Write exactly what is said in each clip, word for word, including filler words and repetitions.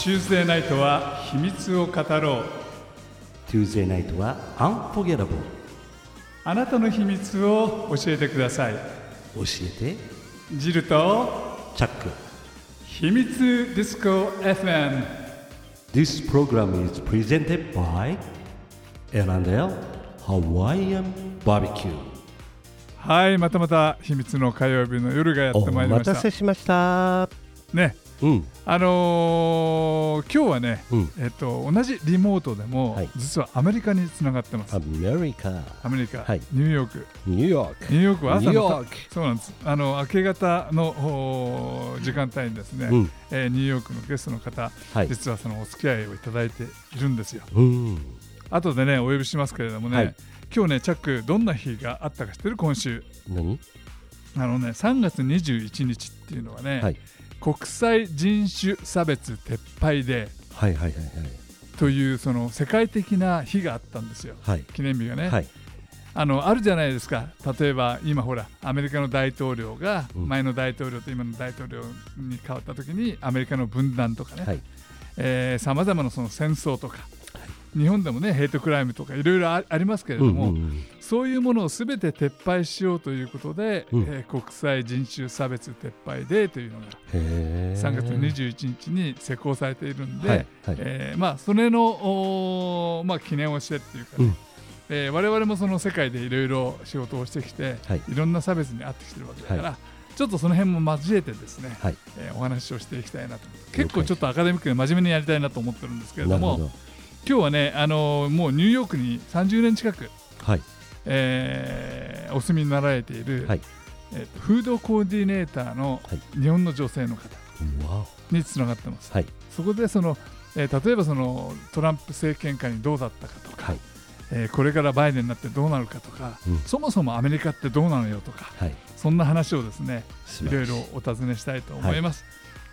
Tuesday ナイトは秘密を語ろう。 Tuesday ナイトは Unforgettable。 あなたの秘密を教えてください。 教えてジルとチャック。 秘密ディスコ エフエム。 This program is presented by エルアンドエル Hawaiian Barbecue。 はい、またまた秘密の火曜日の夜がやってまいりました。 お待たせしましたね、 うん、 あのー、今日はね、 うん、 えっと、同じリモートでも、 はい、 実はアメリカにつながってます。 アメリカアメリカ、 はい、 ニューヨークニューヨークニューヨークは朝のニューヨークそうなんです。あの明け方の時間帯にですね、 うんえー、ニューヨークのゲストの方、はい、実はそのお付き合いをいただいているんですよ。うん、後でねお呼びしますけれどもね、はい、今日ねチャックどんな日があったか知ってる？今週何？ あのねさんがつにじゅういちにちっていうのはね、はい、国際人種差別撤廃デーというその世界的な日があったんですよ、はい、記念日がね、はい、あのあるじゃないですか。例えば今ほらアメリカの大統領が前の大統領と今の大統領に変わった時にアメリカの分断とかね、さまざまなその戦争とか、日本でもねヘイトクライムとかいろいろありますけれども、うんうんうん、そういうものをすべて撤廃しようということで、うんえー、国際人種差別撤廃デーというのがさんがつにじゅういちにちに施行されているんで、はいはいえーまあ、それの、まあ、記念をしてっていうかね、うんえー、我々もその世界でいろいろ仕事をしてきて、はい、いろんな差別に遭ってきてるわけだから、はい、ちょっとその辺も交えてですね、はいえー、お話をしていきたいなと。結構ちょっとアカデミックで真面目にやりたいなと思ってるんですけれども、ど今日はね、あのー、もうニューヨークにさんじゅうねん近く、はいえー、お住みになられている、はいえー、フードコーディネーターの日本の女性の方につながってます、はい、そこでその、えー、例えばそのトランプ政権下にどうだったかとか、はいえー、これからバイデンになってどうなるかとか、うん、そもそもアメリカってどうなのよとか、はい、そんな話をですねいろいろお尋ねしたいと思います、はい、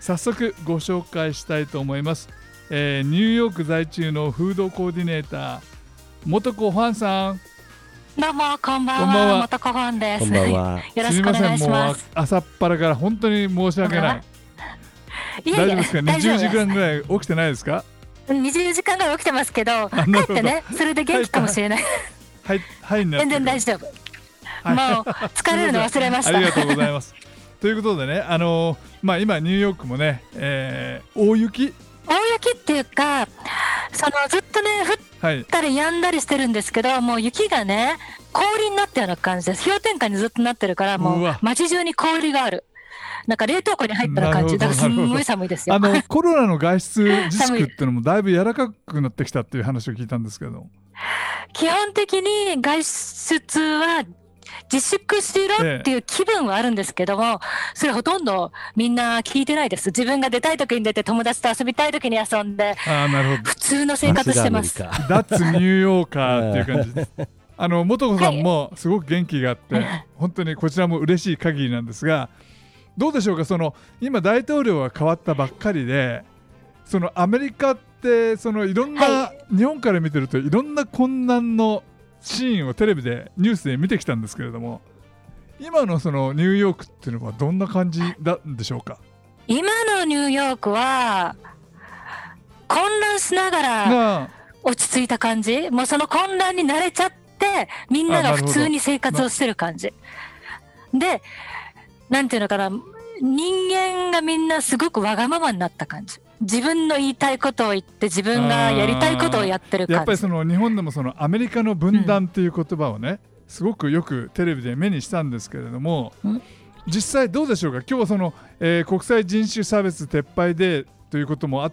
早速ご紹介したいと思います。えー、ニューヨーク在住のフードコーディネーター元子ファンさん。 どうもこんばんは。元子ファンです。 こんばんは。 よろしくお願いします。 もう朝っぱらから本当に申し訳ない。いやいや大丈夫ですか？にじゅうじかんぐらい起きてないですか？ にじゅうじかんぐらい起きてますけど、帰ってねそれで元気かもしれない。 はい、はい、 全然大丈夫、はい、もう疲れるの忘れました。 ありがとうございます。ということでね、あのーまあ、今ニューヨークもね、えー、大雪大雪っていうかそのずっとね降ったり止んだりしてるんですけど、はい、もう雪がね氷になったような感じです。氷点下にずっとなってるからもう街中に氷がある。なんか冷凍庫に入ったような感じだからすんごい寒いですよ。 あのコロナの外出自粛っていうのもだいぶ柔らかくなってきたっていう話を聞いたんですけど、 基本的に外出は自粛しろっていう気分はあるんですけども、ええ、それほとんどみんな聞いてないです。自分が出たい時に出て友達と遊びたい時に遊んで、あ、なるほど、普通の生活してます。 脱ニューヨーカーっていう感じです。あの元子さんもすごく元気があって、はい、本当にこちらも嬉しい限りなんですが、どうでしょうか。その今大統領が変わったばっかりで、そのアメリカってそのいろんな、はい、日本から見てるといろんな困難のシーンをテレビでニュースで見てきたんですけれども、今のそのニューヨークっていうのはどんな感じなんでしょうか。 今のニューヨークは混乱しながら落ち着いた感じ、もうその混乱に慣れちゃってみんなが普通に生活をしてる感じで、なんていうのかな、人間がみんなすごくわがままになった感じ。自分の言いたいことを言って自分がやりたいことをやってる感じ。 やっぱりその日本でもそのアメリカの分断っていう言葉をね、うん、すごくよくテレビで目にしたんですけれども、うん、実際どうでしょうか。今日はその、えー、国際人種差別撤廃デーということもあって、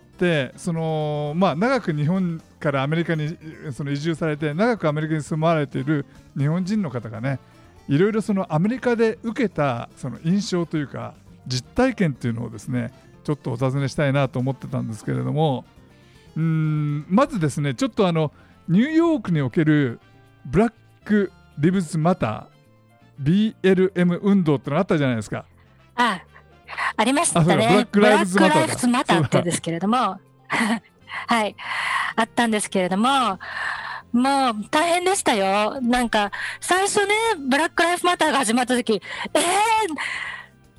その、まあ、長く日本からアメリカにその移住されて長くアメリカに住まわれている日本人の方がね、いろいろそのアメリカで受けたその印象というか実体験というのをですねちょっとお尋ねしたいなと思ってたんですけれども、うーんまずですねちょっとあのニューヨークにおけるブラックリブズマター ビーエルエム 運動ってのあったじゃないですか。 あありましたね。ブラックライブズマターマターって言うんですけれどもはいあったんですけれども、もう大変でしたよ。なんか最初ねブラックライフマターが始まった時、えー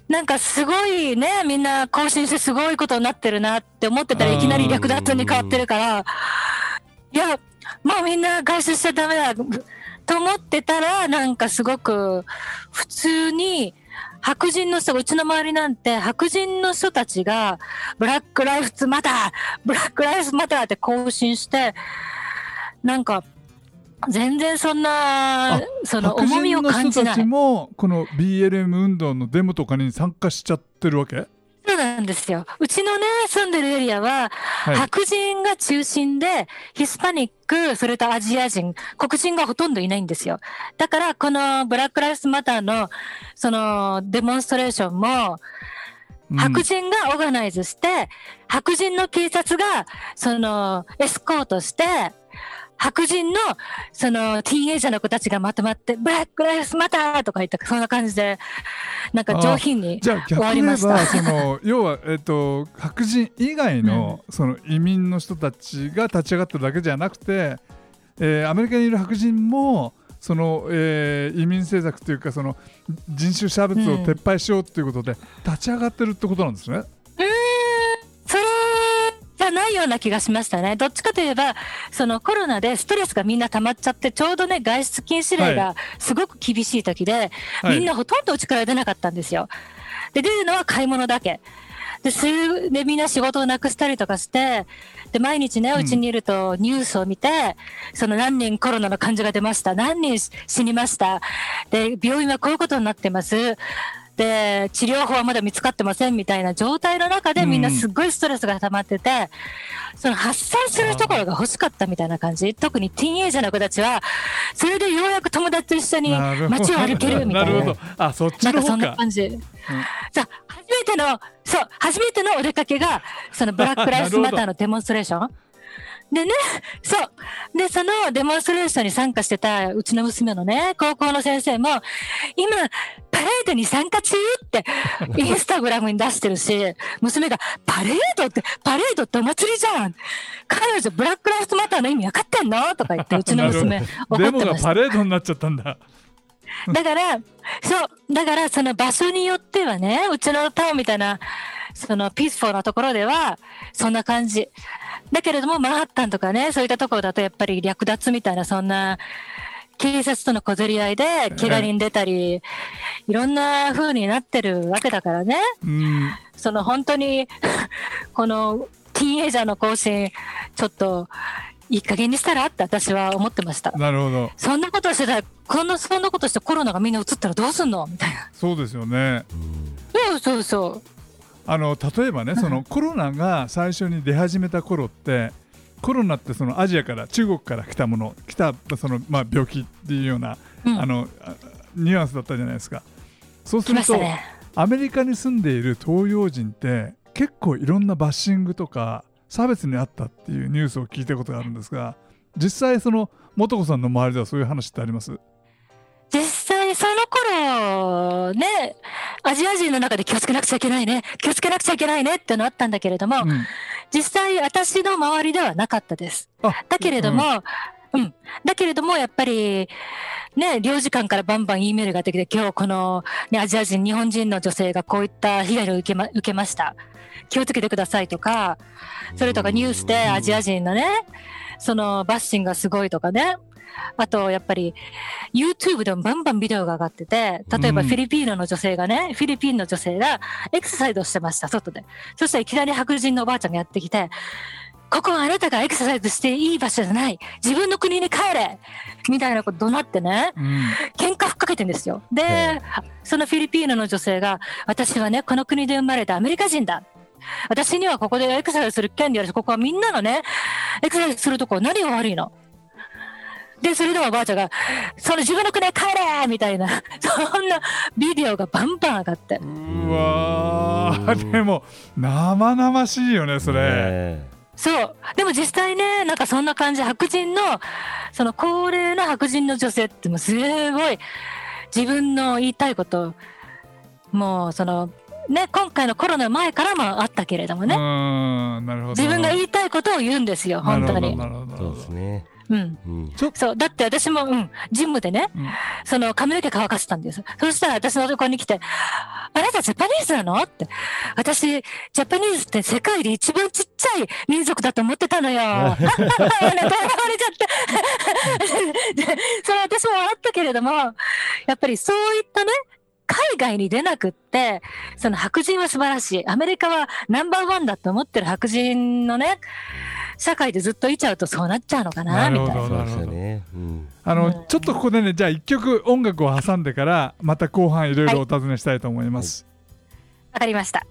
なんかすごいね、みんな更新してすごいことになってるなって思ってたらいきなり略奪に変わってるから、いや、もうみんな外出しちゃダメだと思ってたら、なんかすごく普通に白人の人が、うちの周りなんて白人の人たちがブラックライフズマターブラックライフズマターって更新して、なんか全然そんなその重みを感じない。 白人の人たちもこの ビーエルエム 運動のデモとかに参加しちゃってるわけ？ そうなんですよ。うちのね住んでるエリアは、はい、白人が中心でヒスパニック、それとアジア人、黒人がほとんどいないんですよ。だからこのブラックライフズマターのそのデモンストレーションも白人がオーガナイズして、うん、白人の警察がそのエスコートして白人のそのティーンエイジャーの子たちがまとまってブラックライフズマターとか言った、そんな感じでなんか上品に終わりました。 じゃあ逆に言えばその要は、えー、と白人以外のその移民の人たちが立ち上がってるだけじゃなくて、えー、アメリカにいる白人もその、えー、移民政策というかその人種差別を撤廃しようということで立ち上がってるってことなんですね。 うん、それじゃないような気がしましたね。どっちかといえばそのコロナでストレスがみんな溜まっちゃって、ちょうどね外出禁止令がすごく厳しい時で、はい、みんなほとんど家から出なかったんですよ。で出るのは買い物だけで、それでみんな仕事をなくしたりとかして、で毎日ねうちにいるとニュースを見て、うん、その何人コロナの患者が出ました、何人死にました、で病院はこういうことになってます、で治療法はまだ見つかってませんみたいな状態の中でみんなすっごいストレスが溜まってて、うん、その発散するところが欲しかったみたいな感じ。特にティーンエイジャーの子たちはそれでようやく友達と一緒に街を歩けるみたい な, な, な, あそっちの方か、なんかそんな感じ、うん、さあ初めてのそう初めてのお出かけがそのブラックライフズマターのデモンストレーションでね、そうでそのデモンストレーションに参加してたうちの娘のね高校の先生も今パレードに参加中ってインスタグラムに出してるし、娘がパレードってパレードってお祭りじゃん、彼女ブラックライフズマターの意味分かってんのとか言ってうちの娘怒ってました。 デモがパレードになっちゃったんだ。 だからそうだからその場所によってはね、うちのタウンみたいなそのピースフォーなところではそんな感じだけれども、マンハッタンとかねそういったところだとやっぱり略奪みたいな、そんな警察との小競り合いで怪我人出たり、えー、いろんな風になってるわけだからね、うん、その本当にこのティーンエイジャーの更新ちょっといい加減にしたらって私は思ってました。 なるほど。 そんなことしてたらこんなそんなことしてコロナがみんな移ったらどうすんのみたいな。 そうですよね、 うん、そうそうそう。 あの例えばね、そのコロナが最初に出始めた頃ってコロナってそのアジアから中国から来たもの来たその、まあ、病気っていうような、うん、あのニュアンスだったじゃないですか。そうすると、ね、アメリカに住んでいる東洋人って結構いろんなバッシングとか差別にあったっていうニュースを聞いたことがあるんですが、実際その素子さんの周りではそういう話ってあります？ 実際その頃ね、アジア人の中で気をつけなくちゃいけないね気をつけなくちゃいけないねってのあったんだけれども、うん、実際私の周りではなかったです。だけれども、うんうん、だけれどもやっぱりね、領事館からバンバン E メールが出てきて、今日この、ね、アジア人日本人の女性がこういった被害を受けま、受けました、気をつけてくださいとか、それとかニュースでアジア人のねそのバッシングがすごいとかね、あとやっぱり YouTube でもバンバンビデオが上がってて、例えばフィリピーノの女性がね、うん、フィリピンの女性がエクササイズをしてました、外で。そしたらいきなり白人のおばあちゃんがやってきて、ここはあなたがエクササイズしていい場所じゃない、自分の国に帰れみたいなこと怒鳴ってね、うん、喧嘩ふっかけてんですよ。で、そのフィリピーノの女性が、私はねこの国で生まれたアメリカ人だ、私にはここでエクササイズする権利あるし、ここはみんなのねエクササイズするとこ、何が悪いので、それでもおばあちゃんがその自分の国へ帰れみたいな、そんなビデオがバンバン上がって、 うわー、でも生々しいよねそれ、ね、 そうでも実際ね、なんかそんな感じ、白人のその高齢な白人の女性ってもうすごい自分の言いたいこと、もうそのね、今回のコロナ前からもあったけれどもね、うん、なるほど、自分が言いたいことを言うんですよ本当に。 そうですね。 うんうん、そうだって私も、うん、ジムでね、うん、その髪の毛乾かしたんです。そしたら私のところに来て、あなたジャパニーズなのって、私ジャパニーズって世界で一番ちっちゃい民族だと思ってたのよね、とらわれちゃってそれ私も笑ったけれども、やっぱりそういったね、海外に出なくって、その白人は素晴らしい、アメリカはナンバーワンだと思ってる白人のね社会でずっといちゃうとそうなっちゃうのかなみたいな。なるほどなるほど、 ね、うん、あの、うん、ちょっとここでね、じゃあ一曲音楽を挟んでからまた後半いろいろお尋ねしたいと思います。 わ、はい、かりました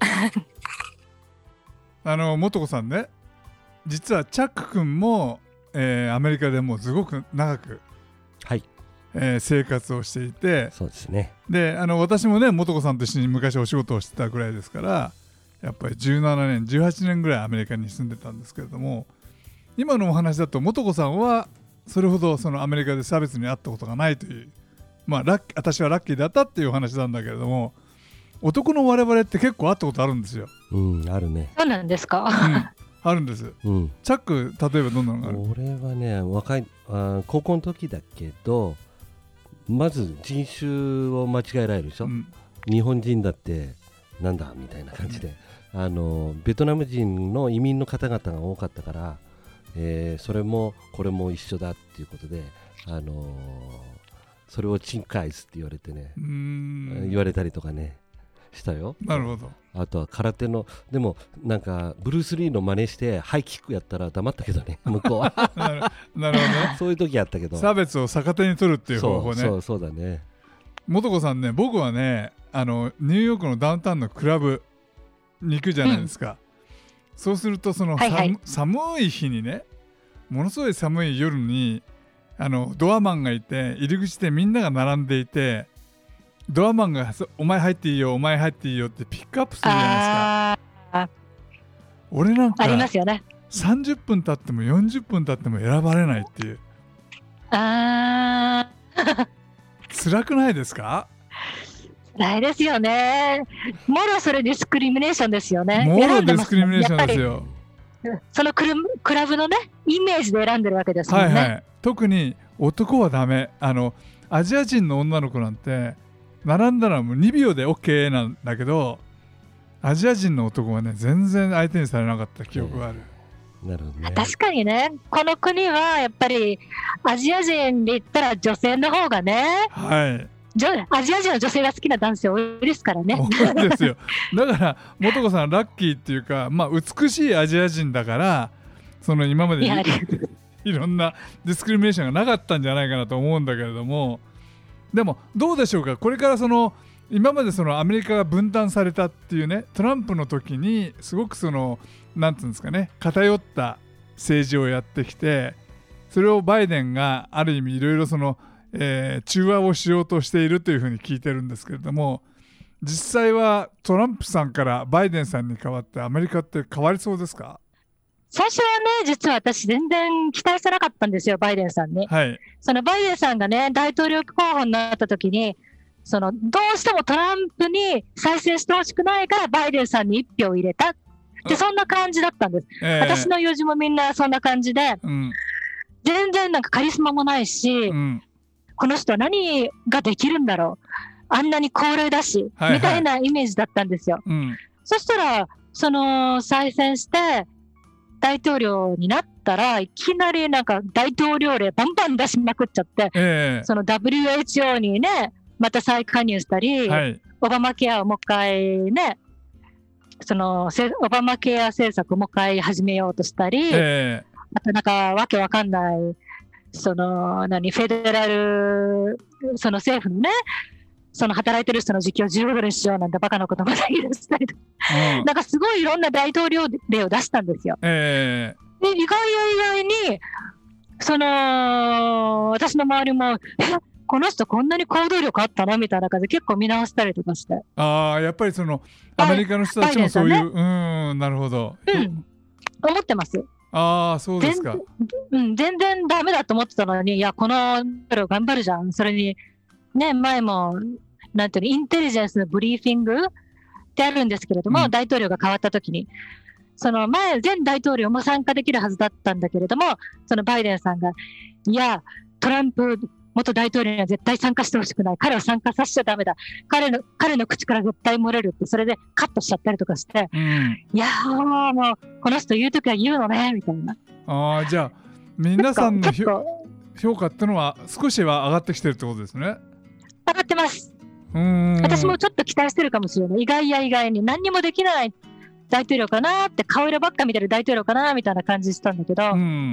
あの素子さんね、実はチャック君も、えー、アメリカでもすごく長く、 はい、 えー、生活をしていて、 そうですね。 で、あの私もね素子さんと一緒に昔お仕事をしてたぐらいですから、やっぱりじゅうななねんじゅうはちねんぐらいアメリカに住んでたんですけれども、今のお話だと素子さんはそれほどそのアメリカで差別に遭ったことがないという、まあ、ラッ私はラッキーだったっていうお話なんだけれども、男の我々って結構会ったことあるんですよ。 うん、あるね。 そうなんですか、 うん、あるんです、 うん、 チャック例えばどんなのがある？ 俺はね、若いあ高校の時だけど、まず人種を間違えられるでしょ、うん、日本人だってなんだみたいな感じで、うん、あのベトナム人の移民の方々が多かったから、えー、それもこれも一緒だっていうことで、あのー、それをチンカイスって言われてね、うーん言われたりとかねしたよ。 なるほど。 あとは空手の、でもなんかブルース・リーの真似してハイキックやったら黙ったけどね、向こうはなる、なるほどね。 そういう時あったけど、 差別を逆手に取るっていう方法ね。 そうそうそうだね。 素子さんね、僕はね、あのニューヨークのダウンタウンのクラブに行くじゃないですか、うん、そうするとその、はいはい、寒い日にね、ものすごい寒い夜にあのドアマンがいて、入り口でみんなが並んでいて、ドアマンがお前入っていいよお前入っていいよってピックアップするじゃないですか。俺なんかありますよね。さんじゅっぷん経ってもよんじゅっぷん経っても選ばれないっていう。 あ辛くないですか？ 辛いですよね。もろそれディスクリミネーションですよね。 もろディスクリミネーションですよ。 そのクル、クラブのねイメージで選んでるわけですもんね。はいはい、 特に男はダメ。あのアジア人の女の子なんて並んだらもうにびょうで OK なんだけど、アジア人の男はね全然相手にされなかった記憶がある。 なるほどね。 確かにね、この国はやっぱりアジア人で言ったら女性の方がね、 はい、 アジア人の女性が好きな男性多いですからね。 多いですよ。だから素子さんラッキーっていうか、まあ、美しいアジア人だからその今まで い, いろんなディスクリミネーションがなかったんじゃないかなと思うんだけれども、でもどうでしょうか、これからその今までそのアメリカが分断されたっていうね、トランプの時にすごくそのなんていうんですかね、偏った政治をやってきて、それをバイデンがある意味いろいろその、えー、中和をしようとしているというふうに聞いてるんですけれども、実際はトランプさんからバイデンさんに代わってアメリカって変わりそうですか？ 最初はね、実は私全然期待してなかったんですよ、バイデンさんに。 はい、そのバイデンさんがね大統領候補になった時に、そのどうしてもトランプに再選してほしくないからバイデンさんにいち票入れたで、そんな感じだったんです、えー、私の友人もみんなそんな感じで、うん、全然なんかカリスマもないし、うん、この人は何ができるんだろう、あんなに高齢だし、はいはい、みたいなイメージだったんですよ、うん、そしたらその再選して大統領になったらいきなりなんか大統領令バンバン出しまくっちゃって、えー、その ダブリューエイチオー にねまた再加入したり、はい、オバマケアをもう一回ね、そのオバマケア政策をもう一回始めようとしたり、えー、あとなんかわけわかんないその何フェデラルその政府のねその働いてる人の時期をじゅうドルにしようなんてバカなことまで言い出したりとか、うん、なんかすごいいろんな大統領令を出したんですよ、えー、で意外や意外にその私の周りもえこの人こんなに行動力あったなみたいな感じで結構見直したりとかして、 ああやっぱりそのアメリカの人たちもそういう、ね、うんなるほど、 うん、思ってます。 ああそうですか。 全、うん、全然ダメだと思ってたのに、いやこの頑張るじゃん。それにね前もなんていうのインテリジェンスのブリーフィングってあるんですけれども、うん、大統領が変わった時にその前前大統領も参加できるはずだったんだけれども、そのバイデンさんがいやトランプ元大統領には絶対参加してほしくない、彼を参加させちゃダメだ、彼の彼の口から絶対漏れるって、それでカットしちゃったりとかして、うん、いやーもうこの人言うときは言うのねみたいな。 あじゃあ皆さんの評価ってのは少しは上がってきてるってことですね。 上がってます。うーん、私もちょっと期待してるかもしれない。意外や意外に何にもできない大統領かなって、顔色ばっか見てる大統領かなみたいな感じしたんだけど、うん、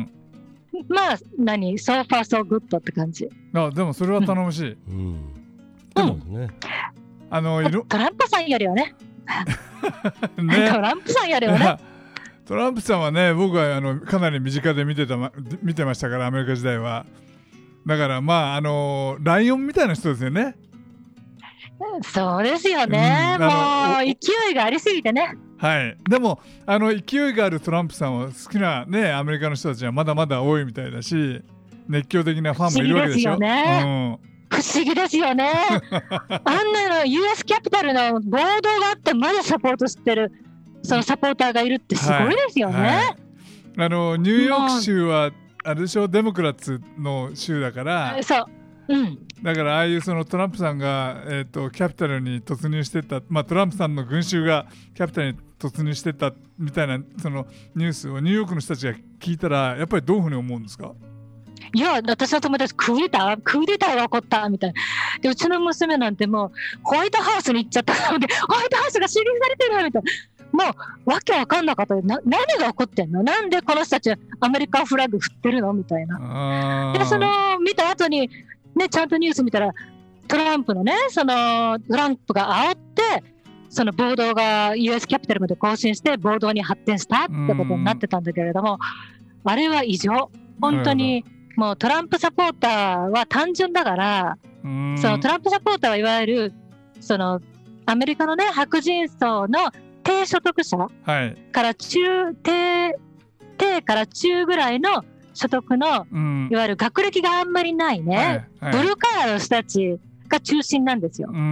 まあ何 so far so good って感じ。 あでもそれは頼もしい、うんうん、 でもね、 あのいろトランプさんよりは ね, ねトランプさんよりはねトランプさんはね、僕はあのかなり身近で見てた見てましたから、アメリカ時代は。だからまああのライオンみたいな人ですよね。 そうですよね、うん、もう勢いがありすぎてね。 はい。でもあの勢いがあるトランプさんを好きなねアメリカの人たちはまだまだ多いみたいだし、熱狂的なファンもいるわけでしょ。 不思議ですよね、うん、不思議ですよねあんなの ユーエス キャピタルの暴動があってまだサポートしてるそのサポーターがいるってすごいですよね、はいはい、 あのニューヨーク州はあれでしょ、デモクラッツの州だから、 そう、うん、 だからああいうそのトランプさんが、えーと、キャピタルに突入してった、まあ、トランプさんの群衆がキャピタルに突入してったみたいなそのニュースをニューヨークの人たちが聞いたらやっぱりどういうふうに思うんですか？ いや私の友達クーデタークーデターが起こったみたいな。でうちの娘なんてもうホワイトハウスに行っちゃったのでホワイトハウスが襲撃されてるみたいな、もうわけわかんなかった。な何が起こってんの、なんでこの人たちアメリカフラッグ振ってるのみたいな。でその見た後にねちゃんとニュース見たらトランプのねそのトランプが煽ってその暴動が ユーエス キャピタルまで更新して暴動に発展したってことになってたんだけれども、あれは異常。本当にもうトランプサポーターは単純だから、そのトランプサポーターはいわゆるそのアメリカのね白人層の低所得者から中、はい、低, 低から中ぐらいの所得の、うん、いわゆる学歴があんまりないね、はいはい、ブルーカラーの人たちが中心なんですよ。うんうん、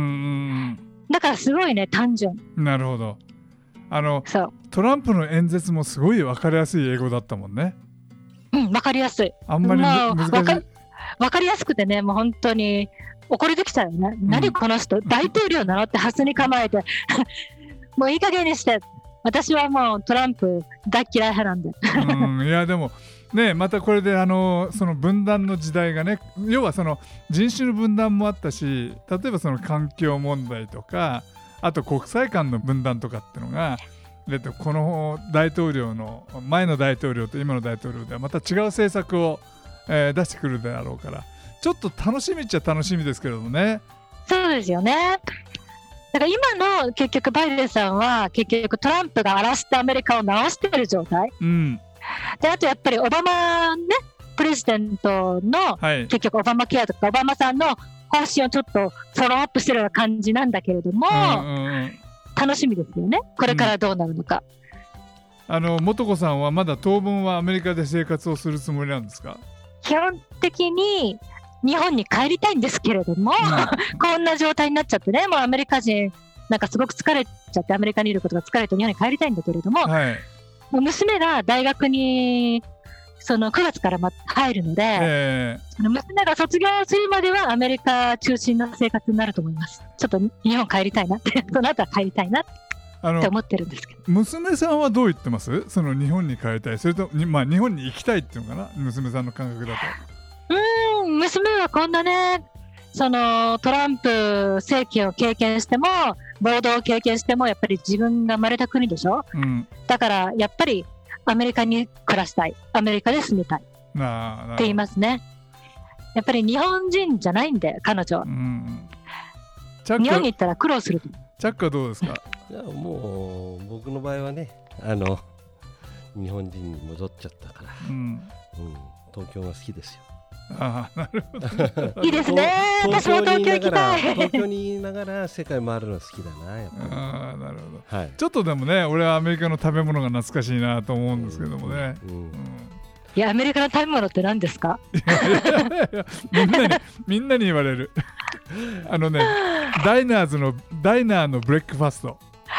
だからすごいね単純。 なるほど。あのトランプの演説もすごい分かりやすい英語だったもんね。 うん、分かりやすい。 あんまり難しい。分か、 分かりやすくてね、もう本当に怒りてきちゃうよね、うん、何この人大統領なのってハスに構えてもういい加減にして。私はもうトランプ大嫌い派なんでうん、いやでもね、またこれであのその分断の時代がね、要はその人種の分断もあったし、例えばその環境問題とか、あと国際間の分断とかっていうのがこの大統領の前の大統領と今の大統領ではまた違う政策を、えー、出してくるであろうから、ちょっと楽しみっちゃ楽しみですけれどもね。 そうですよね。だから今の結局バイデンさんは結局トランプが荒らしてアメリカを直している状態、うん、であとやっぱりオバマねプレジデントの、はい、結局オバマケアとかオバマさんの方針をちょっとフォローアップしてるような感じなんだけれども、うんうんうん、楽しみですよね、これからどうなるのか、 うん、あの素子さんはまだ当分はアメリカで生活をするつもりなんですか？ 基本的に日本に帰りたいんですけれども、うん、こんな状態になっちゃってね、もうアメリカ人なんかすごく疲れちゃってアメリカにいることが疲れて日本に帰りたいんだけれども、はい、もう娘が大学にそのくがつから入るので、えー、娘が卒業するまではアメリカ中心の生活になると思います。ちょっと日本帰りたいなってその後は帰りたいなって思ってるんですけど。 娘さんはどう言ってます？その日本に帰りたい、それと、まあ、日本に行きたいっていうのかな、娘さんの感覚だと。 うーん、娘はこんなねそのトランプ政権を経験しても暴動を経験してもやっぱり自分が生まれた国でしょ、うん、だからやっぱりアメリカに暮らしたい、アメリカで住みたいって言いますね。やっぱり日本人じゃないんで彼女は、うん、日本に行ったら苦労する。 チャックはどうですか？ いやもう僕の場合はね、あの日本人に戻っちゃったから、うんうん、東京が好きですよ。 ああ、なるほどいいですね。私も東京行きたい。 東京にいながら世界回るの好きだなやっぱり。 ああ、なるほど、はい、ちょっとでもね、俺はアメリカの食べ物が懐かしいなと思うんですけどもね、うんうんうん、 いやアメリカの食べ物って何ですか？ いやいやいやみんなにみんなに言われるあのねダイナーズのダイナーのブレックファスト、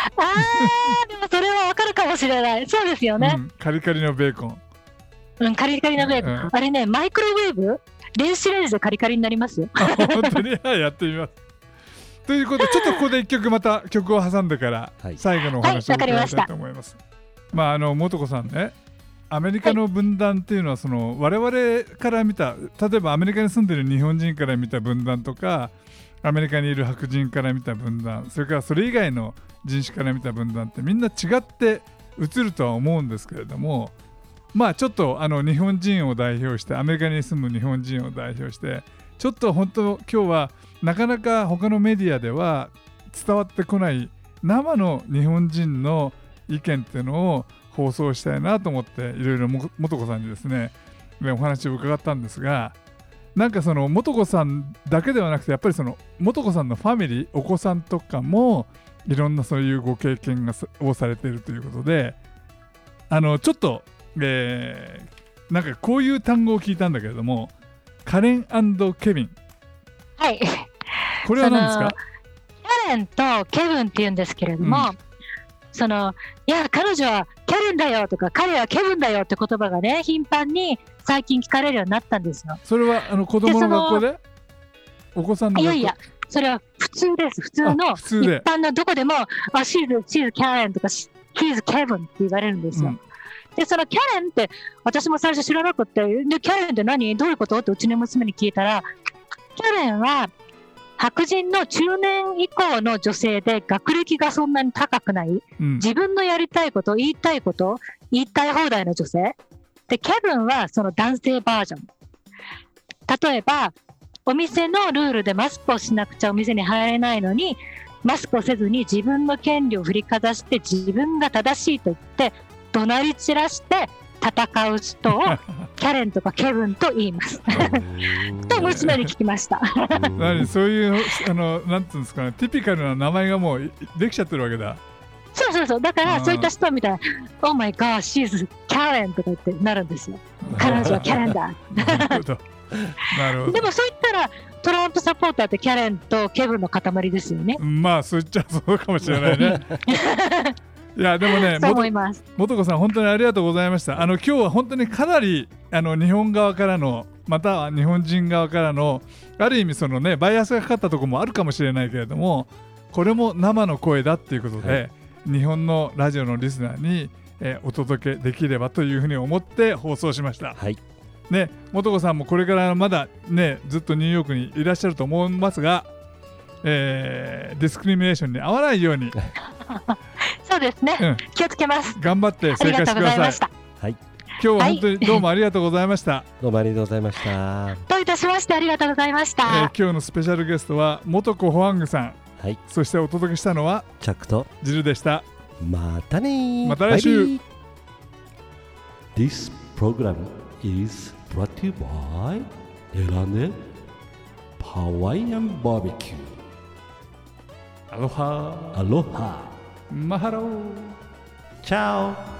あーでもそれはわかるかもしれない。そうですよね、 うん、カリカリのベーコン、 うん、カリカリのベーコン、うん、あれねマイクロウェーブ電子レンジでカリカリになりますよ。 本当にやってみます。ということでちょっとここで一曲また曲を挟んでから最後のお話を伺いたいと思います、はいはい、まああの素子さんね、アメリカの分断っていうのはその我々から見た、例えばアメリカに住んでる日本人から見た分断とか、アメリカにいる白人から見た分断、それからそれ以外の人種から見た分断ってみんな違って映るとは思うんですけれども、まあちょっとあの日本人を代表して、アメリカに住む日本人を代表してちょっと本当今日はなかなか他のメディアでは伝わってこない生の日本人の意見っていうのを放送したいなと思っていろいろ素子さんにですねお話を伺ったんですが、なんかその素子さんだけではなくてやっぱりその素子さんのファミリー、お子さんとかもいろんなそういうご経験がをされているということで、あのちょっと、えー、なんかこういう単語を聞いたんだけれども、カレン&ケビン、 はい、 これは何ですか？ キャレンとケブンっていうんですけれども、うん、そのいや彼女はキャレンだよとか彼はケブンだよって言葉がね頻繁に最近聞かれるようになったんですよ。 それはあの子供の学校で？お子さんの学校？ いやいや、それは普通です。普通の一般のどこでもあ、シーズ、シーズキャレンとかヒーズケブンって言われるんですよ、うん、でそのキャレンって私も最初知らなくて、でキャレンって何どういうことってうちの娘に聞いたら、キャレンは白人の中年以降の女性で学歴がそんなに高くない、うん、自分のやりたいこと言いたいこと言いたい放題の女性で、ケブンはその男性バージョン。例えばお店のルールでマスクをしなくちゃお店に入れないのに、マスクをせずに自分の権利を振りかざして自分が正しいと言って怒鳴り散らして戦う人をキャレンとかケブンと言いますと娘に聞きました。 何そういうあのなんていうんですかね、ティピカルな名前がもうできちゃってるわけだ。 そうそうそう、だからそういった人みたいな Oh my god she's Karen とかってなるんですよ。彼女はキャレンだなるほどなるほど。でもそう言ったらトランプサポーターってキャレンとケブンの塊ですよね。 まあそう言っちゃそうかもしれないねいやでもね、 そう思います。 素子さん本当にありがとうございました。あの今日は本当にかなりあの日本側からのまたは日本人側からのある意味そのねバイアスがかかったところもあるかもしれないけれども、これも生の声だっていうことで、はい、日本のラジオのリスナーに、えー、お届けできればというふうに思って放送しました、 はいね、素子さんもこれからまだねずっとニューヨークにいらっしゃると思いますが、えー、ディスクリミネーションに合わないようにそうですね、うん、気をつけます。 頑張って生活してください。 はい、 今日は本当にどうもありがとうございました、はい、 どうもありがとうございました。 どういたしまして、ありがとうございました、えー、 今日のスペシャルゲストは素子ホアングさん、 はい、 そしてお届けしたのはチャックとジルでした。 またねまた来週。 This program is brought to you by エラネハワイアンバーベキュー。 アロハアロハマハローチャオ。